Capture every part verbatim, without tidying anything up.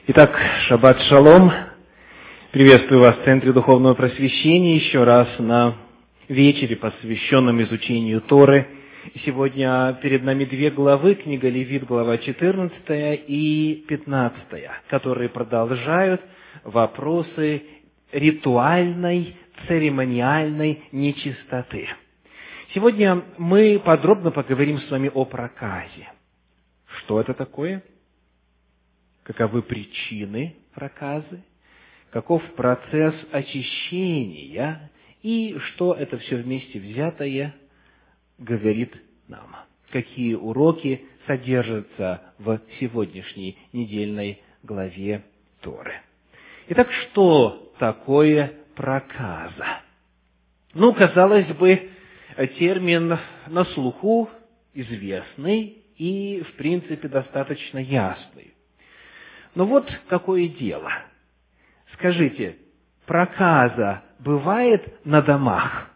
Итак, шаббат шалом. Приветствую вас в Центре Духовного Просвещения еще раз на вечере, посвященном изучению Торы. Сегодня перед нами две главы, книга Левит, глава четырнадцатая и пятнадцатая, которые продолжают вопросы ритуальной, церемониальной нечистоты. Сегодня мы подробно поговорим с вами о проказе. Что это такое? Каковы причины проказы? Каков процесс очищения? И что это все вместе взятое говорит нам? Какие уроки содержатся в сегодняшней недельной главе Торы? Итак, что такое проказа? Ну, казалось бы, термин на слуху известный и, в принципе, достаточно ясный. Но вот какое дело. Скажите, проказа бывает на домах?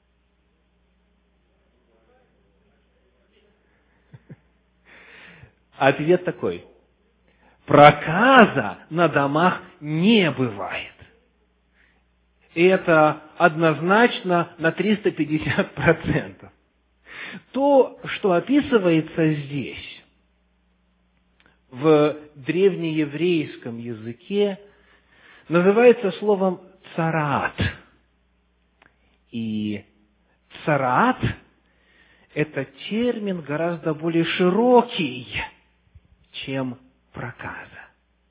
Ответ такой. Проказа на домах не бывает. И это однозначно на триста пятьдесят процентов. То, что описывается здесь, в древнееврейском языке, называется словом цараат. И цараат – это термин гораздо более широкий, чем проказа.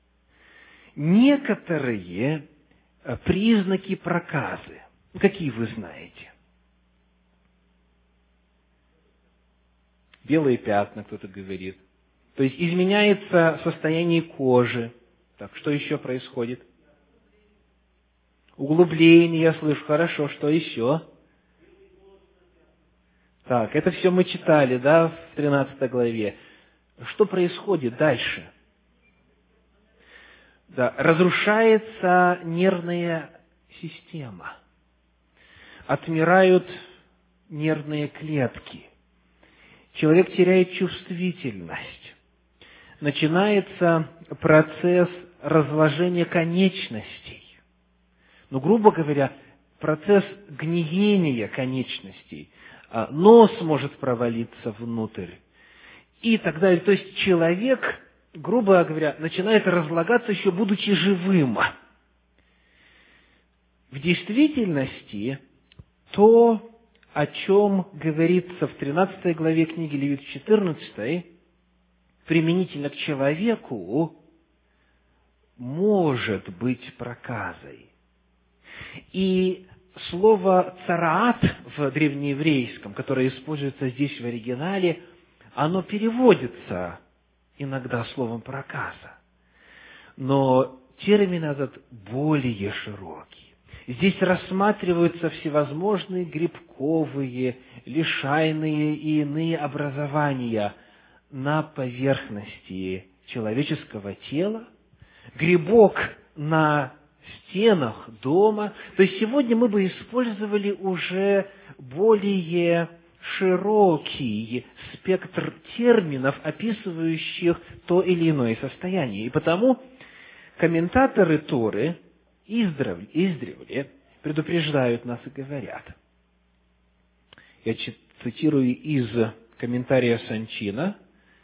Некоторые признаки проказы, какие вы знаете? Белые пятна, кто-то говорит. То есть изменяется состояние кожи. Так, что еще происходит? Углубление, я слышу, хорошо, что еще? Так, это все мы читали, да, в тринадцатой главе. Что происходит дальше? Да, разрушается нервная система. Отмирают нервные клетки. Человек теряет чувствительность. Начинается процесс разложения конечностей. Ну, грубо говоря, процесс гниения конечностей. Нос может провалиться внутрь. И так далее. То есть человек, грубо говоря, начинает разлагаться, еще будучи живым. В действительности, то, о чем говорится в тринадцатой главе книги Левит четырнадцатой, применительно к человеку, может быть проказой. И слово «цараат» в древнееврейском, которое используется здесь в оригинале, оно переводится иногда словом «проказа». Но термин этот более широкий. Здесь рассматриваются всевозможные грибковые, лишайные и иные образования на поверхности человеческого тела, грибок на стенах дома. То есть сегодня мы бы использовали уже более широкий спектр терминов, описывающих то или иное состояние. И потому комментаторы Торы издревле, издревле предупреждают нас и говорят. Я цитирую из комментария Санчина.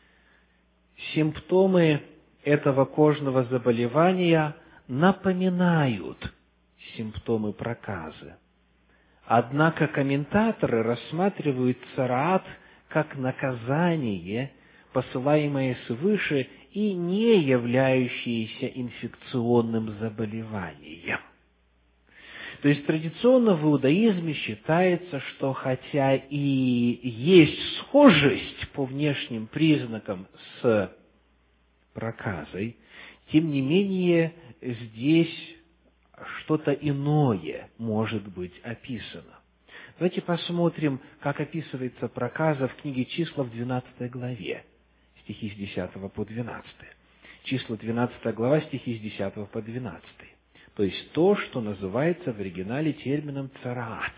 Симптомы этого кожного заболевания напоминают симптомы проказы. Однако комментаторы рассматривают цараат как наказание, посылаемое свыше и не являющееся инфекционным заболеванием. То есть традиционно в иудаизме считается, что хотя и есть схожесть по внешним признакам с проказой, тем не менее здесь что-то иное может быть описано. Давайте посмотрим, как описывается проказа в книге «Числа» в двенадцатой главе, стихи с десятого по двенадцатый. Числа двенадцатая глава, стихи с десятого по двенадцатый. То есть то, что называется в оригинале термином «цараат».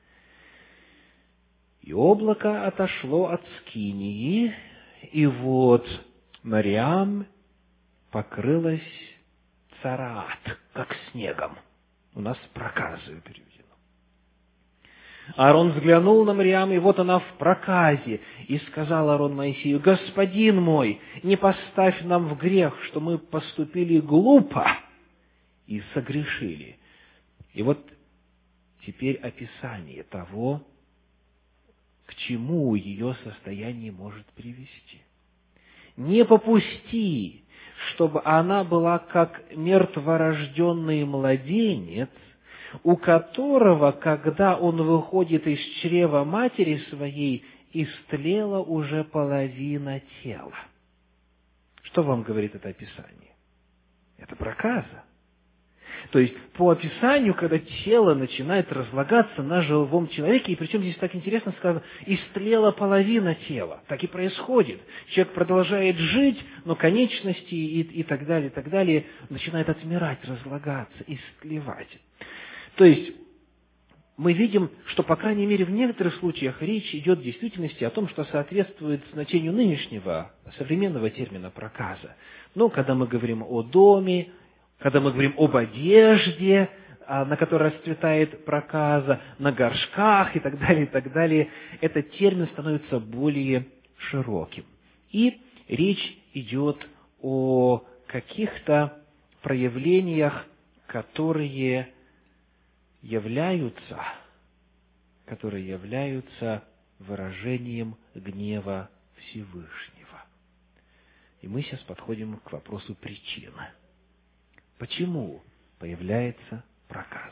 «И облако отошло от скинии, и вот Мариам покрылась цараат, как снегом. У нас проказою переведено. Аарон взглянул на Мириам, и вот она в проказе. И сказал Аарон Моисею: «Господин мой, не поставь нам в грех, что мы поступили глупо и согрешили». И вот теперь описание того, к чему ее состояние может привести. «Не попусти, чтобы она была как мертворожденный младенец, у которого, когда он выходит из чрева матери своей, истлела уже половина тела». Что вам говорит это описание? Это проказа. То есть, по описанию, когда тело начинает разлагаться на живом человеке, и причем здесь так интересно сказано, истлела половина тела. Так и происходит. Человек продолжает жить, но конечности и, и так далее, и так далее начинают отмирать, разлагаться, истлевать. То есть, мы видим, что, по крайней мере, в некоторых случаях речь идет в действительности о том, что соответствует значению нынешнего, современного термина проказа. Но когда мы говорим о доме, когда мы говорим об одежде, на которой расцветает проказа, на горшках и так далее, и так далее, этот термин становится более широким. И речь идет о каких-то проявлениях, которые являются, которые являются выражением гнева Всевышнего. И мы сейчас подходим к вопросу причины. Почему появляется проказа?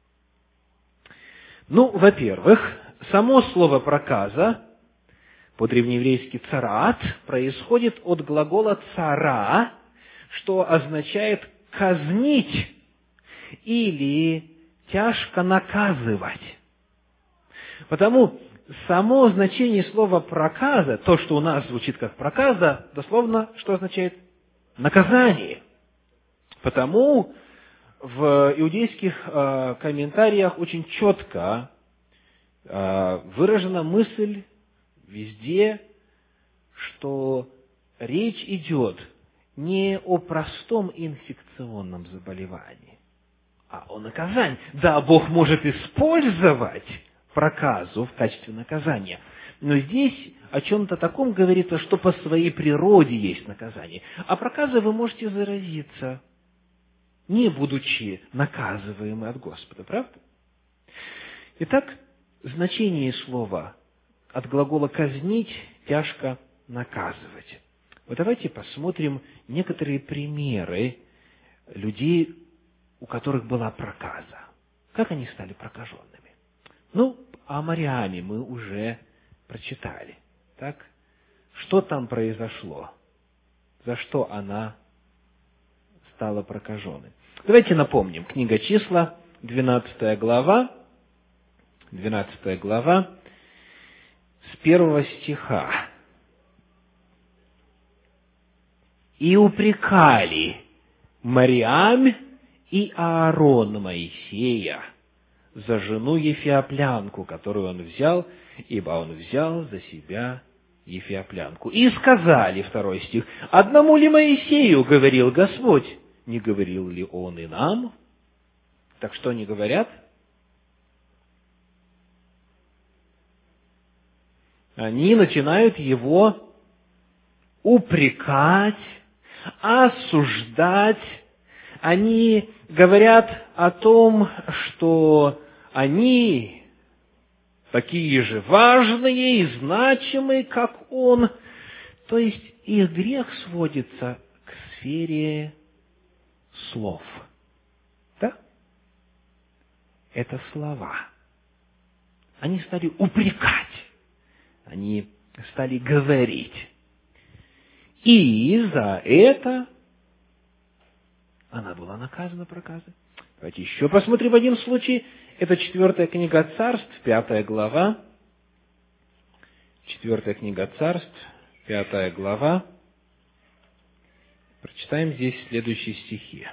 Ну, во-первых, само слово проказа, по-древнееврейски цараат, происходит от глагола цара, что означает казнить или тяжко наказывать. Потому само значение слова проказа, то, что у нас звучит как проказа, дословно что означает? Наказание. Потому в иудейских э, комментариях очень четко э, выражена мысль везде, что речь идет не о простом инфекционном заболевании, а о наказании. Да, Бог может использовать проказу в качестве наказания, но здесь о чем-то таком говорится, что по своей природе есть наказание. А проказой вы можете заразиться, не будучи наказываемы от Господа, правда? Итак, значение слова от глагола «казнить» – тяжко наказывать. Вот давайте посмотрим некоторые примеры людей, у которых была проказа. Как они стали прокаженными? Ну, о Мариаме мы уже прочитали. Так? Что там произошло? За что она стала прокаженной? Давайте напомним. Книга Числа, двенадцатая глава, двенадцатая глава, с первого стиха. «И упрекали Мариам и Аарон Моисея за жену ефиоплянку, которую он взял, ибо он взял за себя ефиоплянку. И сказали, второй стих, одному ли Моисею говорил Господь, не говорил ли он и нам?» Так что они говорят? Они начинают его упрекать, осуждать. Они говорят о том, что они такие же важные и значимые, как он. То есть их грех сводится к сфере слов. Да? Это слова. Они стали упрекать. Они стали говорить. И за это она была наказана проказой. Давайте еще посмотрим один случай. Это четвертая книга Царств, пятая глава. Четвертая книга Царств, пятая глава. Прочитаем здесь следующие стихи.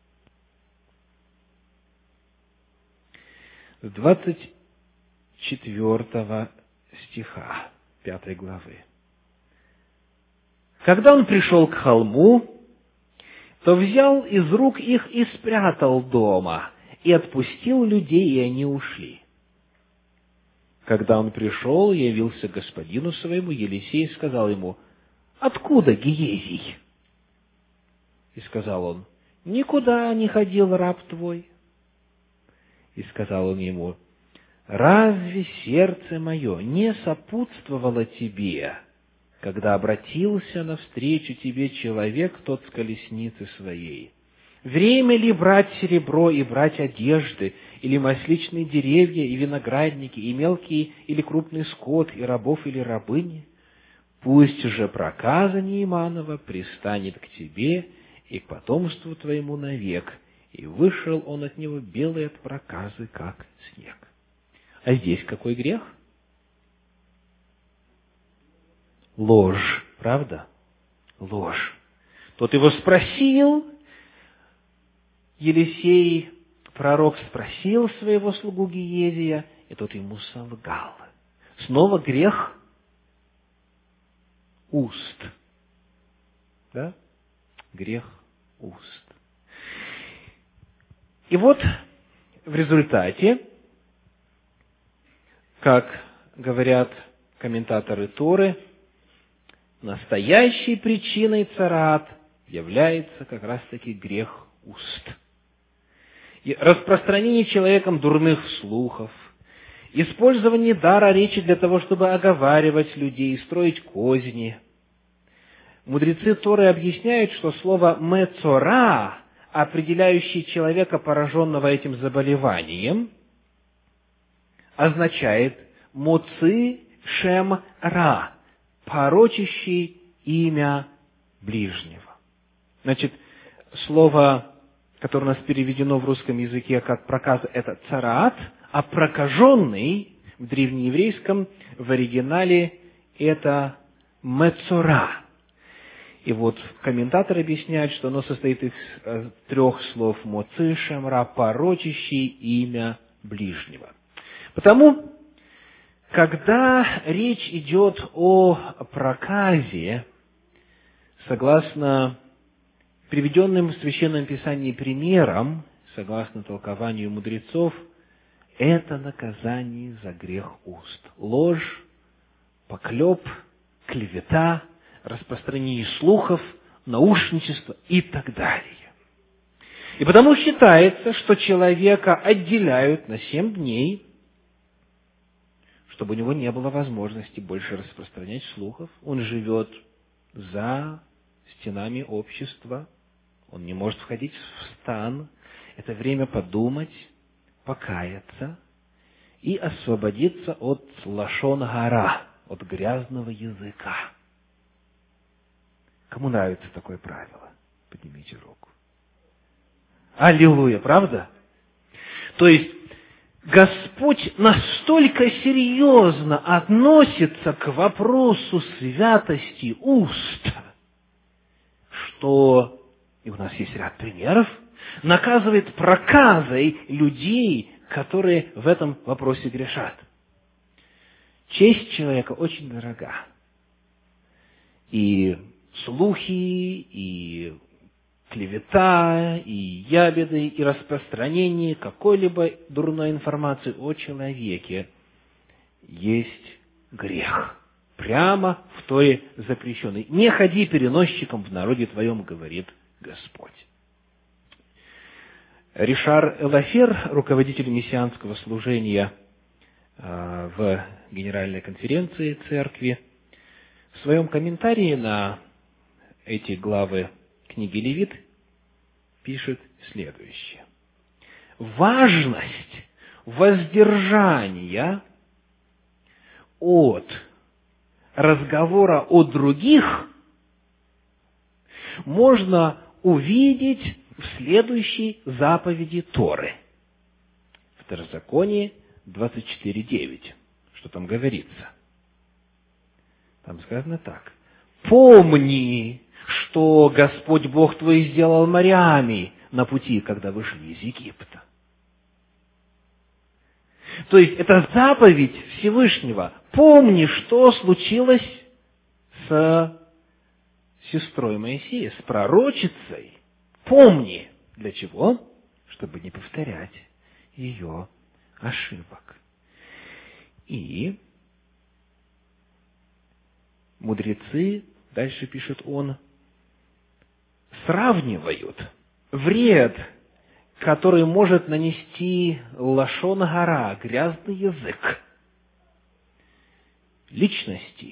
С двадцать четвертого стиха пятой главы. «Когда он пришел к холму, то взял из рук их и спрятал дома, и отпустил людей, и они ушли. Когда он пришел, явился господину своему, Елисей сказал ему: откуда Гиезий? И сказал он: никуда не ходил раб твой. И сказал он ему: разве сердце мое не сопутствовало тебе, когда обратился навстречу тебе человек тот с колесницы своей? Время ли брать серебро и брать одежды, или масличные деревья и виноградники, и мелкий или крупный скот, и рабов или рабыни? Пусть же проказа Неиманова пристанет к тебе и к потомству твоему навек. И вышел он от него белый от проказы, как снег. А здесь какой грех? Ложь, правда? Ложь. Тот его спросил, Елисей, пророк, спросил своего слугу Гиезия, и тот ему солгал. Снова грех уст. Да? Грех уст. И вот в результате, как говорят комментаторы Торы, настоящей причиной цараат является как раз-таки грех уст. И распространение человеком дурных слухов, использование дара речи для того, чтобы оговаривать людей, строить козни. Мудрецы Торы объясняют, что слово «мецора», определяющее человека, пораженного этим заболеванием, означает «моци шем ра», порочащий имя ближнего. Значит, слово, которое у нас переведено в русском языке как проказа, это цараат, а прокаженный в древнееврейском, в оригинале, это мецора. И вот комментаторы объясняют, что оно состоит из трех слов «моци шем ра», порочащий имя ближнего. Потому, когда речь идет о проказе, согласно приведенным в Священном Писании примерам, согласно толкованию мудрецов, это наказание за грех уст. Ложь, поклеп, клевета, распространение слухов, наушничество и так далее. И потому считается, что человека отделяют на семь дней, чтобы у него не было возможности больше распространять слухов. Он живет за стенами общества, он не может входить в стан. Это время подумать, покаяться и освободиться от лашон гара, от грязного языка. Кому нравится такое правило? Поднимите руку. Аллилуйя, правда? То есть, Господь настолько серьезно относится к вопросу святости уст, что, и у нас есть ряд примеров, наказывает проказой людей, которые в этом вопросе грешат. Честь человека очень дорога. И слухи, и клевета, и ябеды, и распространение какой-либо дурной информации о человеке есть грех. Прямо в Торе запрещенный. Не ходи переносчиком в народе твоем, говорит Господь. Ришар Элафер, руководитель мессианского служения в Генеральной конференции Церкви, в своем комментарии на эти главы книги Левит пишет следующее. Важность воздержания от разговора о других можно увидеть в следующей заповеди Торы. Второзаконие двадцать четыре девять. Что там говорится? Там сказано так. «Помни, что Господь Бог твой сделал морями на пути, когда вышли из Египта». То есть, это заповедь Всевышнего. Помни, что случилось с сестрой Моисея, с пророчицей. помни. Для чего? Чтобы не повторять ее ошибок. И мудрецы, дальше пишет он, сравнивают вред, который может нанести лашон гара, грязный язык, личности,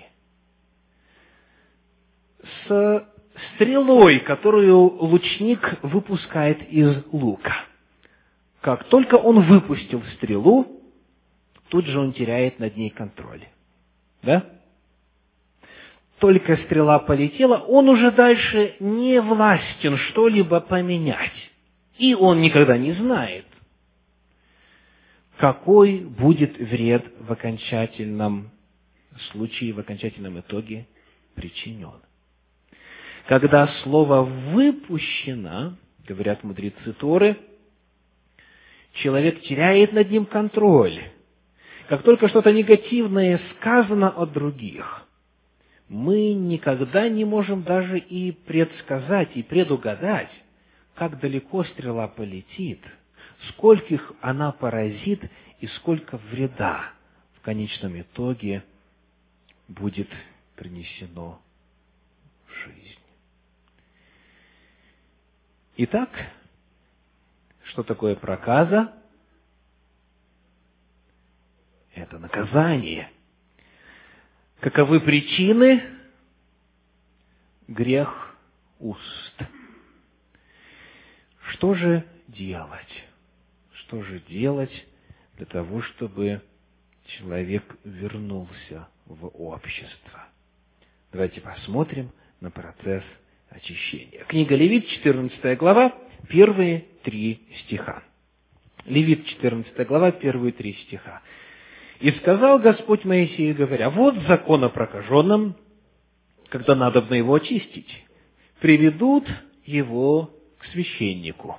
с стрелой, которую лучник выпускает из лука. Как только он выпустил стрелу, тут же он теряет над ней контроль. Да? Только стрела полетела, он уже дальше не властен что-либо поменять. И он никогда не знает, какой будет вред в окончательном случае, в окончательном итоге причинен. Когда слово «выпущено», говорят мудрецы Торы, человек теряет над ним контроль. Как только что-то негативное сказано о других, мы никогда не можем даже и предсказать, и предугадать, как далеко стрела полетит, скольких она поразит и сколько вреда в конечном итоге будет принесено в жизнь. Итак, что такое проказа? Это наказание. Каковы причины? Грех уст. Что же делать? Что же делать для того, чтобы человек вернулся в общество? Давайте посмотрим на процесс очищения. Книга Левит, четырнадцатая глава, первые три стиха. Левит, четырнадцатая глава, первые три стиха. «И сказал Господь Моисею, говоря, вот закон о прокаженном, когда надобно его очистить, приведут его к священнику.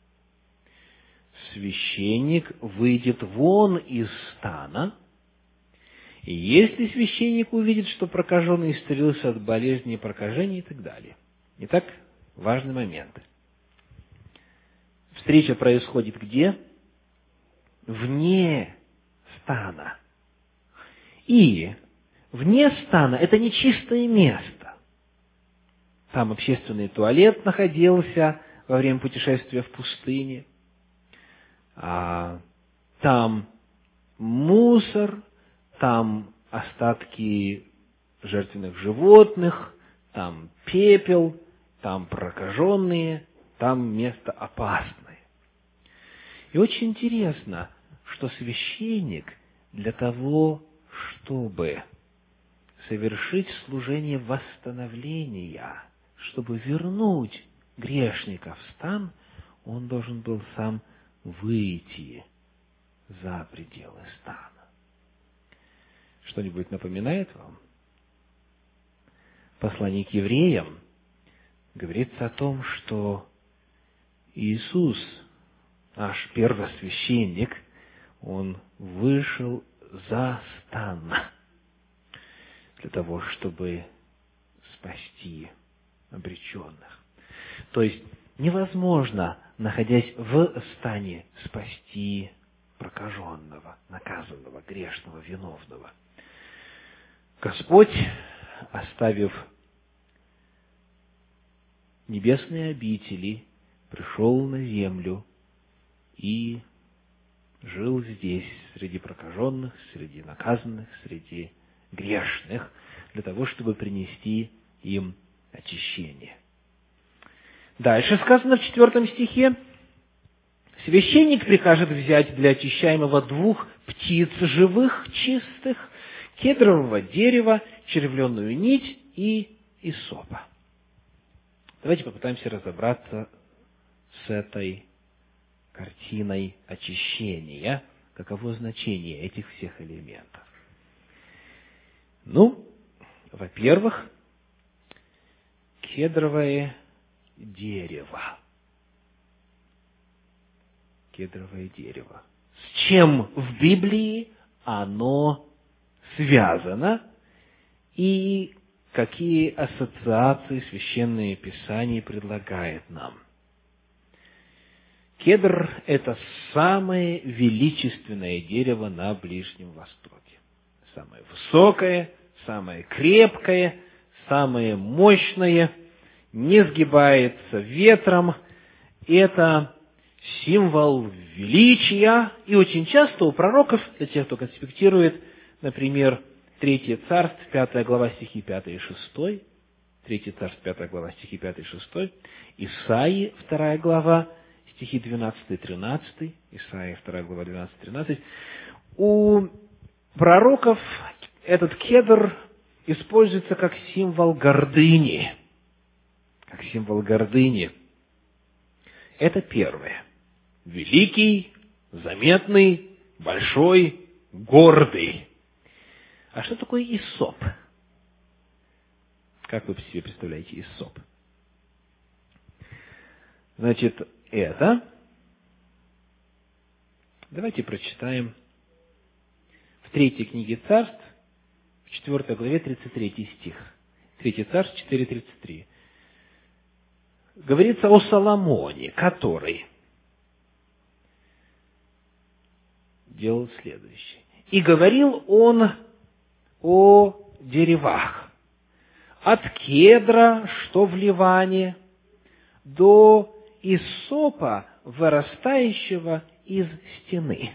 Священник выйдет вон из стана, и если священник увидит, что прокаженный исцелился от болезни, прокажения и так далее». Итак, важный момент. Встреча происходит где? Вне стана. И вне стана – это не чистое место. Там общественный туалет находился во время путешествия в пустыне. А там мусор, там остатки жертвенных животных, там пепел, там прокаженные, там место опасное. И очень интересно, что священник для того, чтобы совершить служение восстановления, чтобы вернуть грешника в стан, он должен был сам выйти за пределы стана. Что-нибудь напоминает вам? Послание к евреям говорится о том, что Иисус, наш первосвященник, Он вышел за стан для того, чтобы спасти обреченных. То есть невозможно, находясь в стане, спасти прокаженного, наказанного, грешного, виновного. Господь, оставив небесные обители, пришел на землю и жил здесь, среди прокаженных, среди наказанных, среди грешных, для того, чтобы принести им очищение. Дальше сказано в четвертом стихе: священник прикажет взять для очищаемого двух птиц живых, чистых, кедрового дерева, червленую нить и иссопа. Давайте попытаемся разобраться с этой картиной очищения, каково значение этих всех элементов. Ну, во-первых, кедровое дерево. Кедровое дерево. С чем в Библии оно связано и какие ассоциации Священное Писание предлагает нам? Кедр – это самое величественное дерево на Ближнем Востоке. Самое высокое, самое крепкое, самое мощное, не сгибается ветром. Это символ величия. И очень часто у пророков, для тех, кто конспектирует, например, Третье царство, пятая глава, стихи пятый и шестой, Третье царство, пятая глава, стихи пятый и шестой, Исаии, вторая глава, стихи двенадцатый и тринадцатый, Исаия, вторая глава, двенадцать и тринадцать. У пророков этот кедр используется как символ гордыни. Как символ гордыни. Это первое. Великий, заметный, большой, гордый. А что такое иссоп? Как вы себе представляете иссоп? Значит, это... Давайте прочитаем в третьей книге Царств, в четвёртой главе, тридцать третий стих. Третье Царств, четыре тридцать три. Говорится о Соломоне, который делал следующее. «И говорил он о деревах, от кедра, что в Ливане, до иссопа, вырастающего из стены».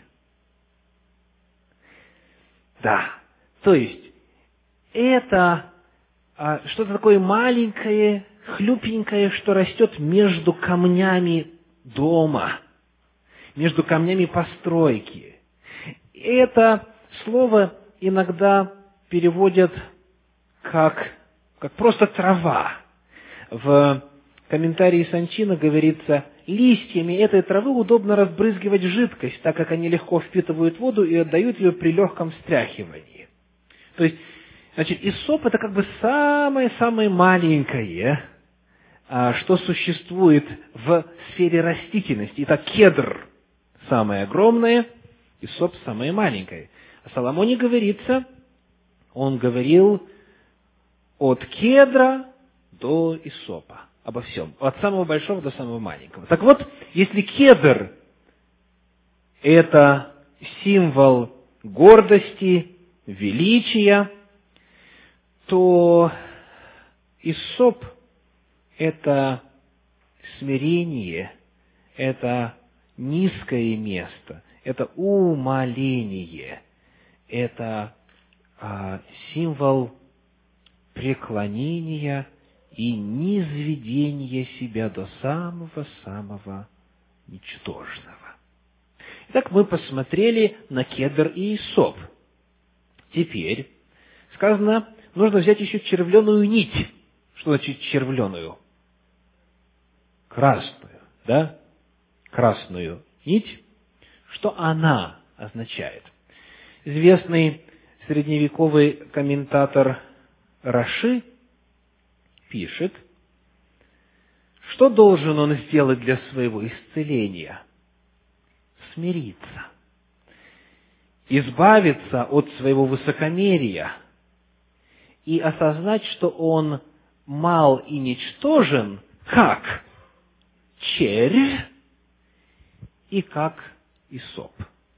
Да, то есть, это а, что-то такое маленькое, хлюпенькое, что растет между камнями дома, между камнями постройки. Это слово иногда переводят как, как просто трава. В комментарии Санчина говорится, листьями этой травы удобно разбрызгивать жидкость, так как они легко впитывают воду и отдают ее при легком встряхивании. То есть, значит, иссоп – это как бы самое-самое маленькое, что существует в сфере растительности. Итак, кедр – самое огромное, иссоп – самое маленькое. О Соломоне говорится, он говорил от кедра до иссопа, обо всем, от самого большого до самого маленького. Так вот, если кедр – это символ гордости, величия, то иссоп – это смирение, это низкое место, это умоление, это а, символ преклонения и низведения себя до самого-самого ничтожного. Итак, мы посмотрели на кедр и иссоп. Теперь сказано, нужно взять еще червленую нить. Что значит червленую? Красную, да? Красную нить. Что она означает? Известный средневековый комментатор Раши пишет, что должен он сделать для своего исцеления? Смириться. Избавиться от своего высокомерия и осознать, что он мал и ничтожен, как червь и как иссоп.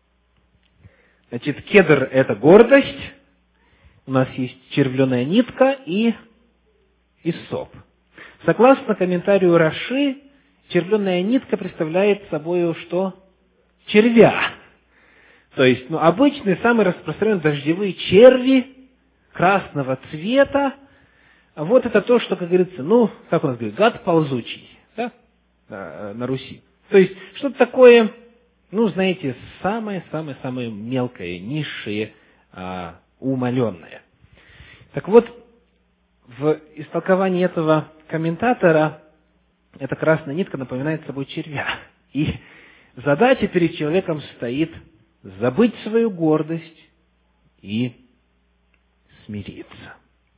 Значит, кедр – это гордость, у нас есть червленая нитка и иссоп. Согласно комментарию Раши, червленая нитка представляет собой что? Червя. То есть, ну, обычные, самые распространенные дождевые черви красного цвета. Вот это то, что, как говорится, ну, как у нас говорит, гад ползучий, да, на Руси. То есть, что-то такое, ну, знаете, самое-самое-самое мелкое, низшее, а, умаленное. Так вот, в истолковании этого комментатора эта красная нитка напоминает собой червя. И задача перед человеком стоит забыть свою гордость и смириться.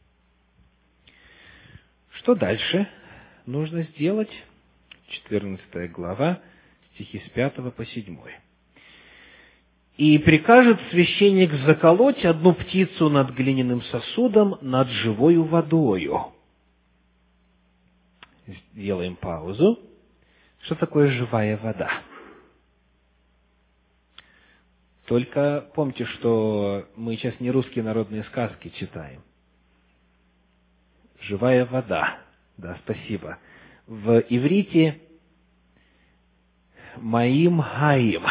Что дальше нужно сделать? четырнадцатая глава, стихи с пятого по седьмой. «И прикажет священник заколоть одну птицу над глиняным сосудом, над живою водою». Сделаем паузу. Что такое живая вода? Только помните, что мы сейчас не русские народные сказки читаем. Живая вода. Да, спасибо. В иврите «маим хаим»,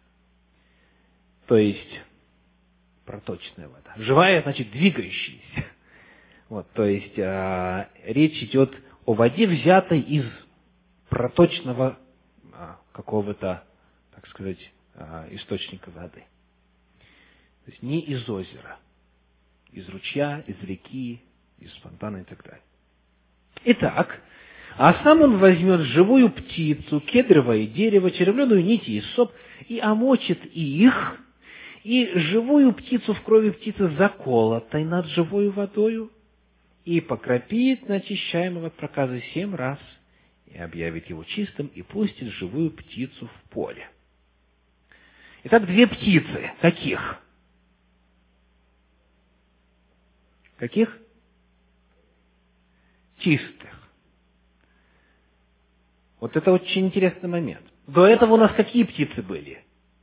то есть проточная вода. Живая, значит, двигающаяся. Вот, то есть а, речь идет о воде, взятой из проточного а, какого-то, так сказать, а, источника воды. То есть не из озера, из ручья, из реки, из фонтана и так далее. Итак, а сам он возьмет живую птицу, кедровое дерево, червленую нить и иссоп, и омочит их, и живую птицу в крови птицы заколотой над живою водою, и покропит на очищаемого от проказы семь раз, и объявит его чистым, и пустит живую птицу в поле. Итак, две птицы. Каких? Каких? Чистых. Вот это очень интересный момент. До этого у нас какие птицы были?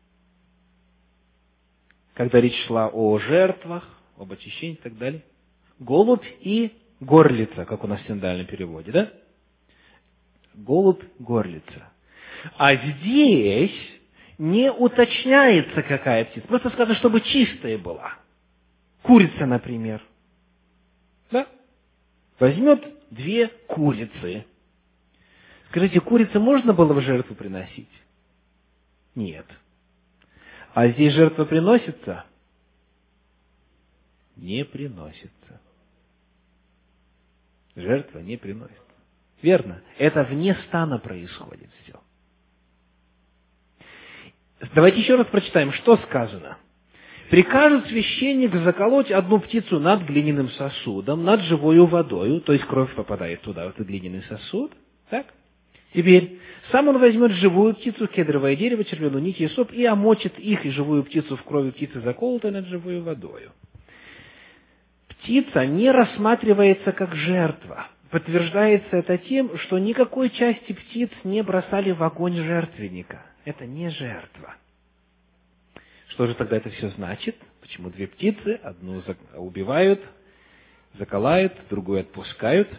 Когда речь шла о жертвах, об очищении и так далее. Голубь и горлица, как у нас в синодальном переводе, да? Голубь, горлица. А здесь не уточняется, какая птица. Просто сказано, чтобы чистая была. Курица, например. Да? Возьмет две курицы. Скажите, курицы можно было в жертву приносить? Нет. А здесь жертва приносится? Не приносится. Жертва не приносится. Верно. Это вне стана происходит все. Давайте еще раз прочитаем, что сказано. Прикажет священник заколоть одну птицу над глиняным сосудом, над живою водою, то есть кровь попадает туда, в этот глиняный сосуд. Так? Теперь, сам он возьмет живую птицу, кедровое дерево, червленую нить, иссоп, и омочит их и живую птицу в крови птицы, заколотой над живою водою. Птица не рассматривается как жертва. Подтверждается это тем, что никакой части птиц не бросали в огонь жертвенника. Это не жертва. Что же тогда это все значит? Почему две птицы? Одну убивают, заколают, другую отпускают.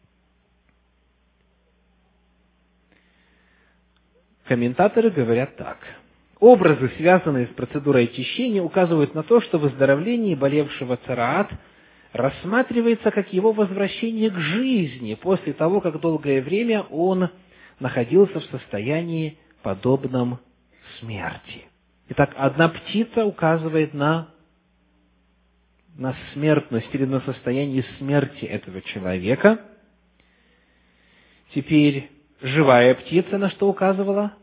Комментаторы говорят так. Образы, связанные с процедурой очищения, указывают на то, что выздоровление болевшего цараат рассматривается как его возвращение к жизни после того, как долгое время он находился в состоянии, подобном смерти. Итак, одна птица указывает на, на смертность или на состояние смерти этого человека. Теперь живая птица на что указывала?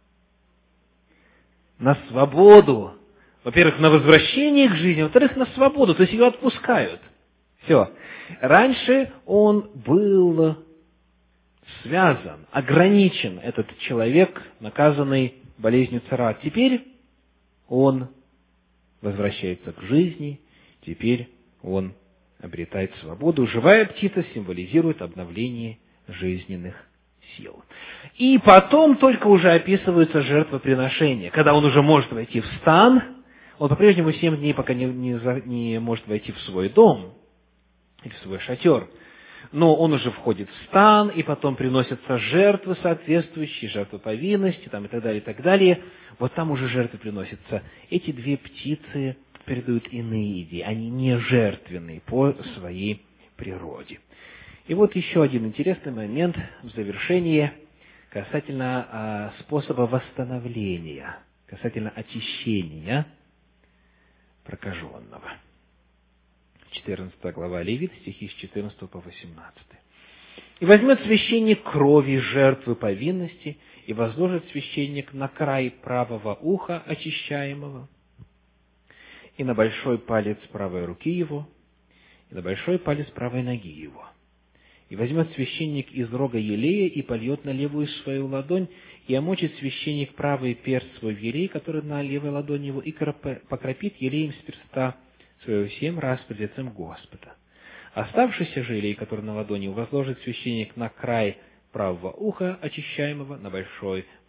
На свободу. Во-первых, на возвращение к жизни, во-вторых, на свободу, то есть ее отпускают. Все. Раньше он был связан, ограничен, этот человек, наказанный болезнью цараат. Теперь он возвращается к жизни, теперь он обретает свободу. Живая птица символизирует обновление жизненных сил. И потом только уже описываются жертвоприношения. Когда он уже может войти в стан, он по-прежнему семь дней пока не, не, не может войти в свой дом или в свой шатер. Но он уже входит в стан, и потом приносятся жертвы соответствующие, жертвы повинности, там, и так далее, и так далее. Вот там уже жертвы приносятся. Эти две птицы передают иные идеи. Они не жертвенные по своей природе. И вот еще один интересный момент в завершении касательно а, способа восстановления, касательно очищения прокаженного. четырнадцатая глава Левит, стихи с четырнадцатого по восемнадцатый. «И возьмет священник крови жертвы повинности, и возложит священник на край правого уха очищаемого, и на большой палец правой руки его, и на большой палец правой ноги его. И возьмет священник из рога елея и польет на левую свою ладонь, и омочит священник правый перст свой в елей, который на левой ладони его, и покропит елеем с перста своего семь раз пред лицем Господа. Оставшийся же елей, который на ладони, возложит священник на край правого уха очищаемого, на большой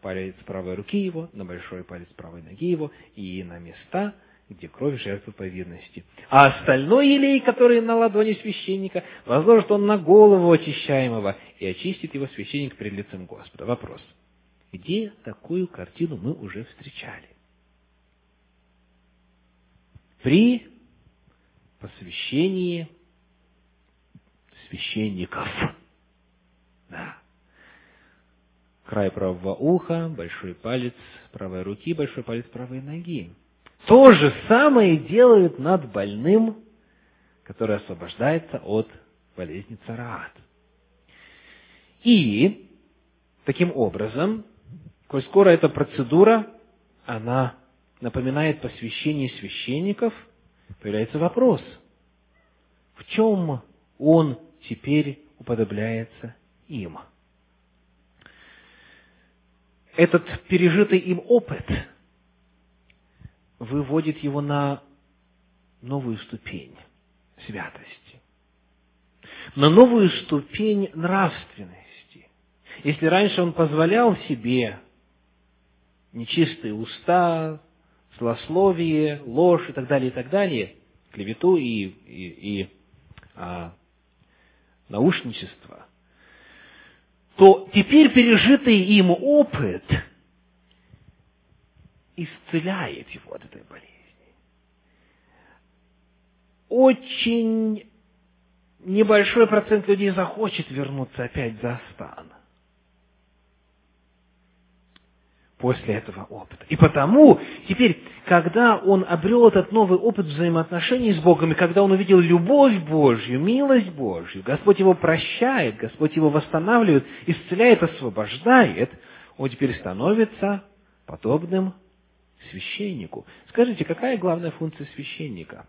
палец правой руки его, на большой палец правой ноги его и на места, где кровь жертвы повинности. А остальной елей, который на ладони священника, возложит он на голову очищаемого, и очистит его священник пред лицем Господа. Вопрос. Где такую картину мы уже встречали? При посвящении священников. Да. Край правого уха, большой палец правой руки, большой палец правой ноги. То же самое делают над больным, который освобождается от болезни цараат. И, таким образом, коль скоро эта процедура, она напоминает посвящение священников, появляется вопрос, в чем он теперь уподобляется им? Этот пережитый им опыт выводит его на новую ступень святости, на новую ступень нравственности. Если раньше он позволял себе нечистые уста, злословие, ложь и так далее, и так далее, клевету и, и, и а, наушничество, то теперь пережитый им опыт исцеляет его от этой болезни. Очень небольшой процент людей захочет вернуться опять за стан после этого опыта. И потому теперь, когда он обрел этот новый опыт взаимоотношений с Богом, и когда он увидел любовь Божью, милость Божью, Господь его прощает, Господь его восстанавливает, исцеляет, освобождает, он теперь становится подобным священнику. Скажите, какая главная функция священника?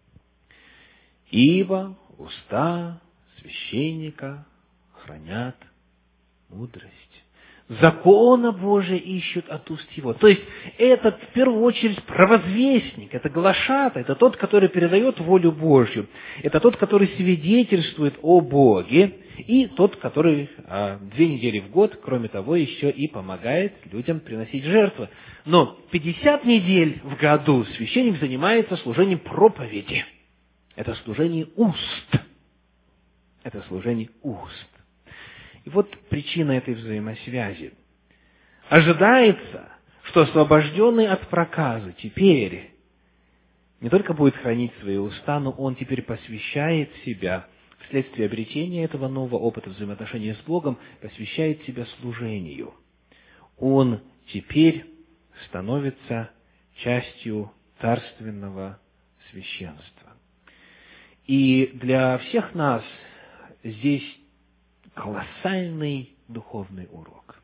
Ибо уста священника хранят мудрость. Закона Божия ищут от уст его. То есть, это в первую очередь провозвестник, это глашатай, это тот, который передает волю Божью, это тот, который свидетельствует о Боге, и тот, который а, две недели в год, кроме того, еще и помогает людям приносить жертвы. Но пятьдесят недель в году священник занимается служением проповеди. Это служение уст. Это служение уст. И вот причина этой взаимосвязи. Ожидается, что освобожденный от проказы теперь не только будет хранить свои уста, но он теперь посвящает себя, вследствие обретения этого нового опыта взаимоотношения с Богом, посвящает себя служению. Он теперь становится частью царственного священства. И для всех нас здесь колоссальный духовный урок.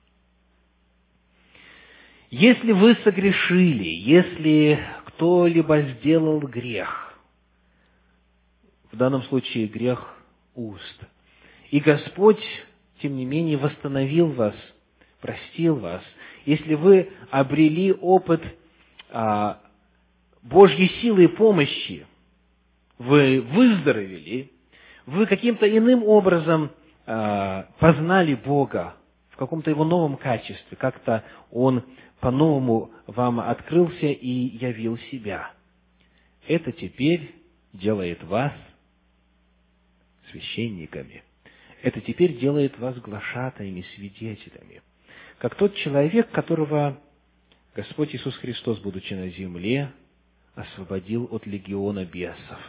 Если вы согрешили, если кто-либо сделал грех, в данном случае грех уст, и Господь, тем не менее, восстановил вас, простил вас, если вы обрели опыт а, Божьей силы и помощи, вы выздоровели, вы каким-то иным образом познали Бога в каком-то Его новом качестве, как-то Он по-новому вам открылся и явил себя. Это теперь делает вас священниками. Это теперь делает вас глашатаями, свидетелями. Как тот человек, которого Господь Иисус Христос, будучи на земле, освободил от легиона бесов.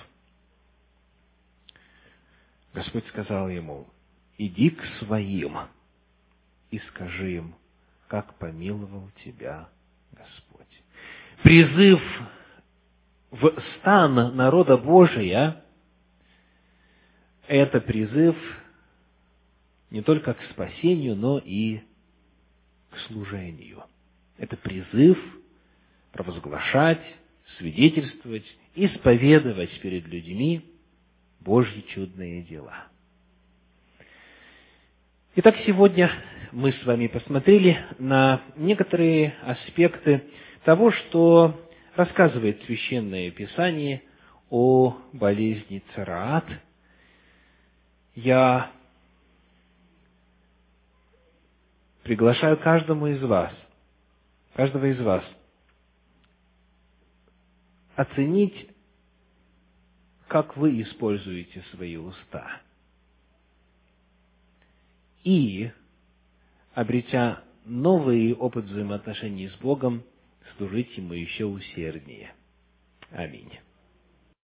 Господь сказал ему: иди к своим и скажи им, как помиловал тебя Господь. Призыв в стан народа Божия – это призыв не только к спасению, но и к служению. Это призыв провозглашать, свидетельствовать, исповедовать перед людьми Божьи чудные дела. Итак, сегодня мы с вами посмотрели на некоторые аспекты того, что рассказывает Священное Писание о болезни цараат. Я приглашаю каждому из вас каждого из вас оценить, как вы используете свои уста. И, обретя новый опыт взаимоотношений с Богом, служить Ему еще усерднее. Аминь.